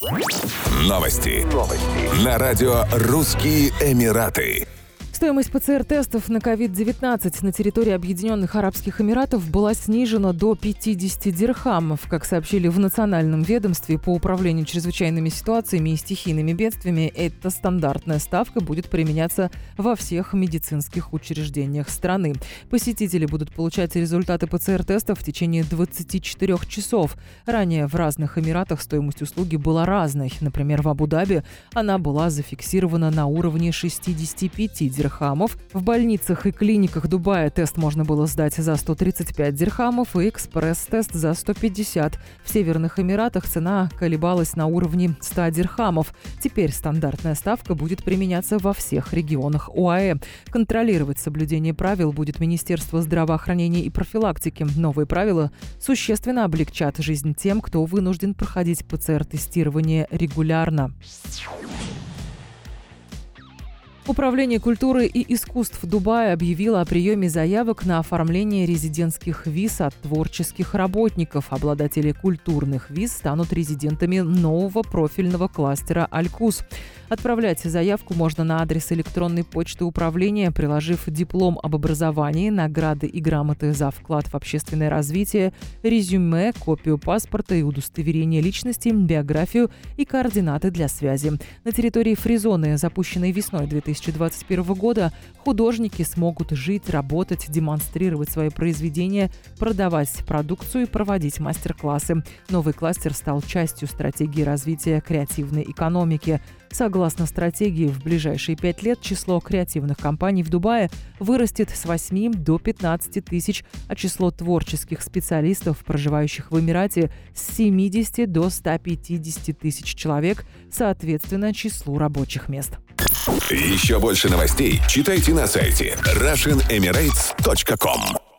Новости. На радио «Русские Эмираты». Стоимость ПЦР-тестов на COVID-19 на территории Объединенных Арабских Эмиратов была снижена до 50 дирхамов. Как сообщили в Национальном ведомстве по управлению чрезвычайными ситуациями и стихийными бедствиями, эта стандартная ставка будет применяться во всех медицинских учреждениях страны. Посетители будут получать результаты ПЦР-тестов в течение 24 часов. Ранее в разных Эмиратах стоимость услуги была разной. Например, в Абу-Даби она была зафиксирована на уровне 65 дирхамов. В больницах и клиниках Дубая тест можно было сдать за 135 дирхамов и экспресс-тест за 150. В Северных Эмиратах цена колебалась на уровне 100 дирхамов. Теперь стандартная ставка будет применяться во всех регионах ОАЭ. Контролировать соблюдение правил будет Министерство здравоохранения и профилактики. Новые правила существенно облегчат жизнь тем, кто вынужден проходить ПЦР-тестирование регулярно. Управление культуры и искусств Дубая объявило о приеме заявок на оформление резидентских виз от творческих работников. Обладатели культурных виз станут резидентами нового профильного кластера «Аль-Кус». Отправлять заявку можно на адрес электронной почты управления, приложив диплом об образовании, награды и грамоты за вклад в общественное развитие, резюме, копию паспорта и удостоверение личности, биографию и координаты для связи. На территории фри-зоны, запущенной весной 2021 года, художники смогут жить, работать, демонстрировать свои произведения, продавать продукцию и проводить мастер-классы. Новый кластер стал частью стратегии развития креативной экономики. Согласно стратегии, в ближайшие 5 лет число креативных компаний в Дубае вырастет с 8 до 15 тысяч, а число творческих специалистов, проживающих в Эмирате, с 70 до 150 тысяч человек, соответственно, числу рабочих мест. Еще больше новостей читайте на сайте RussianEmirates.com.